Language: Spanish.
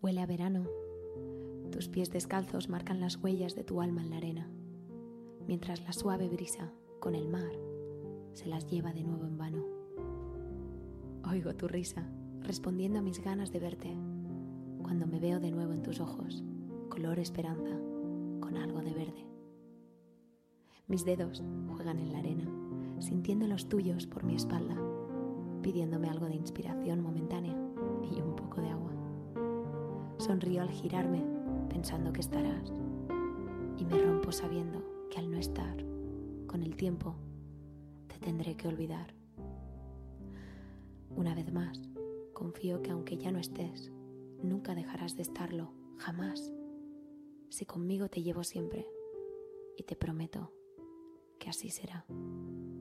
Huele a verano. Tus pies descalzos marcan las huellas de tu alma en la arena, mientras la suave brisa, con el mar, se las lleva de nuevo en vano. Oigo tu risa, respondiendo a mis ganas de verte, cuando me veo de nuevo en tus ojos, color esperanza, con algo de verde. Mis dedos juegan en la arena, sintiendo los tuyos por mi espalda, pidiéndome algo de inspiración momentánea y un poco de agua. Sonrío al girarme, pensando que estarás, y me rompo sabiendo que al no estar, con el tiempo, te tendré que olvidar. Una vez más, confío que aunque ya no estés, nunca dejarás de estarlo, jamás, si conmigo te llevo siempre, y te prometo que así será.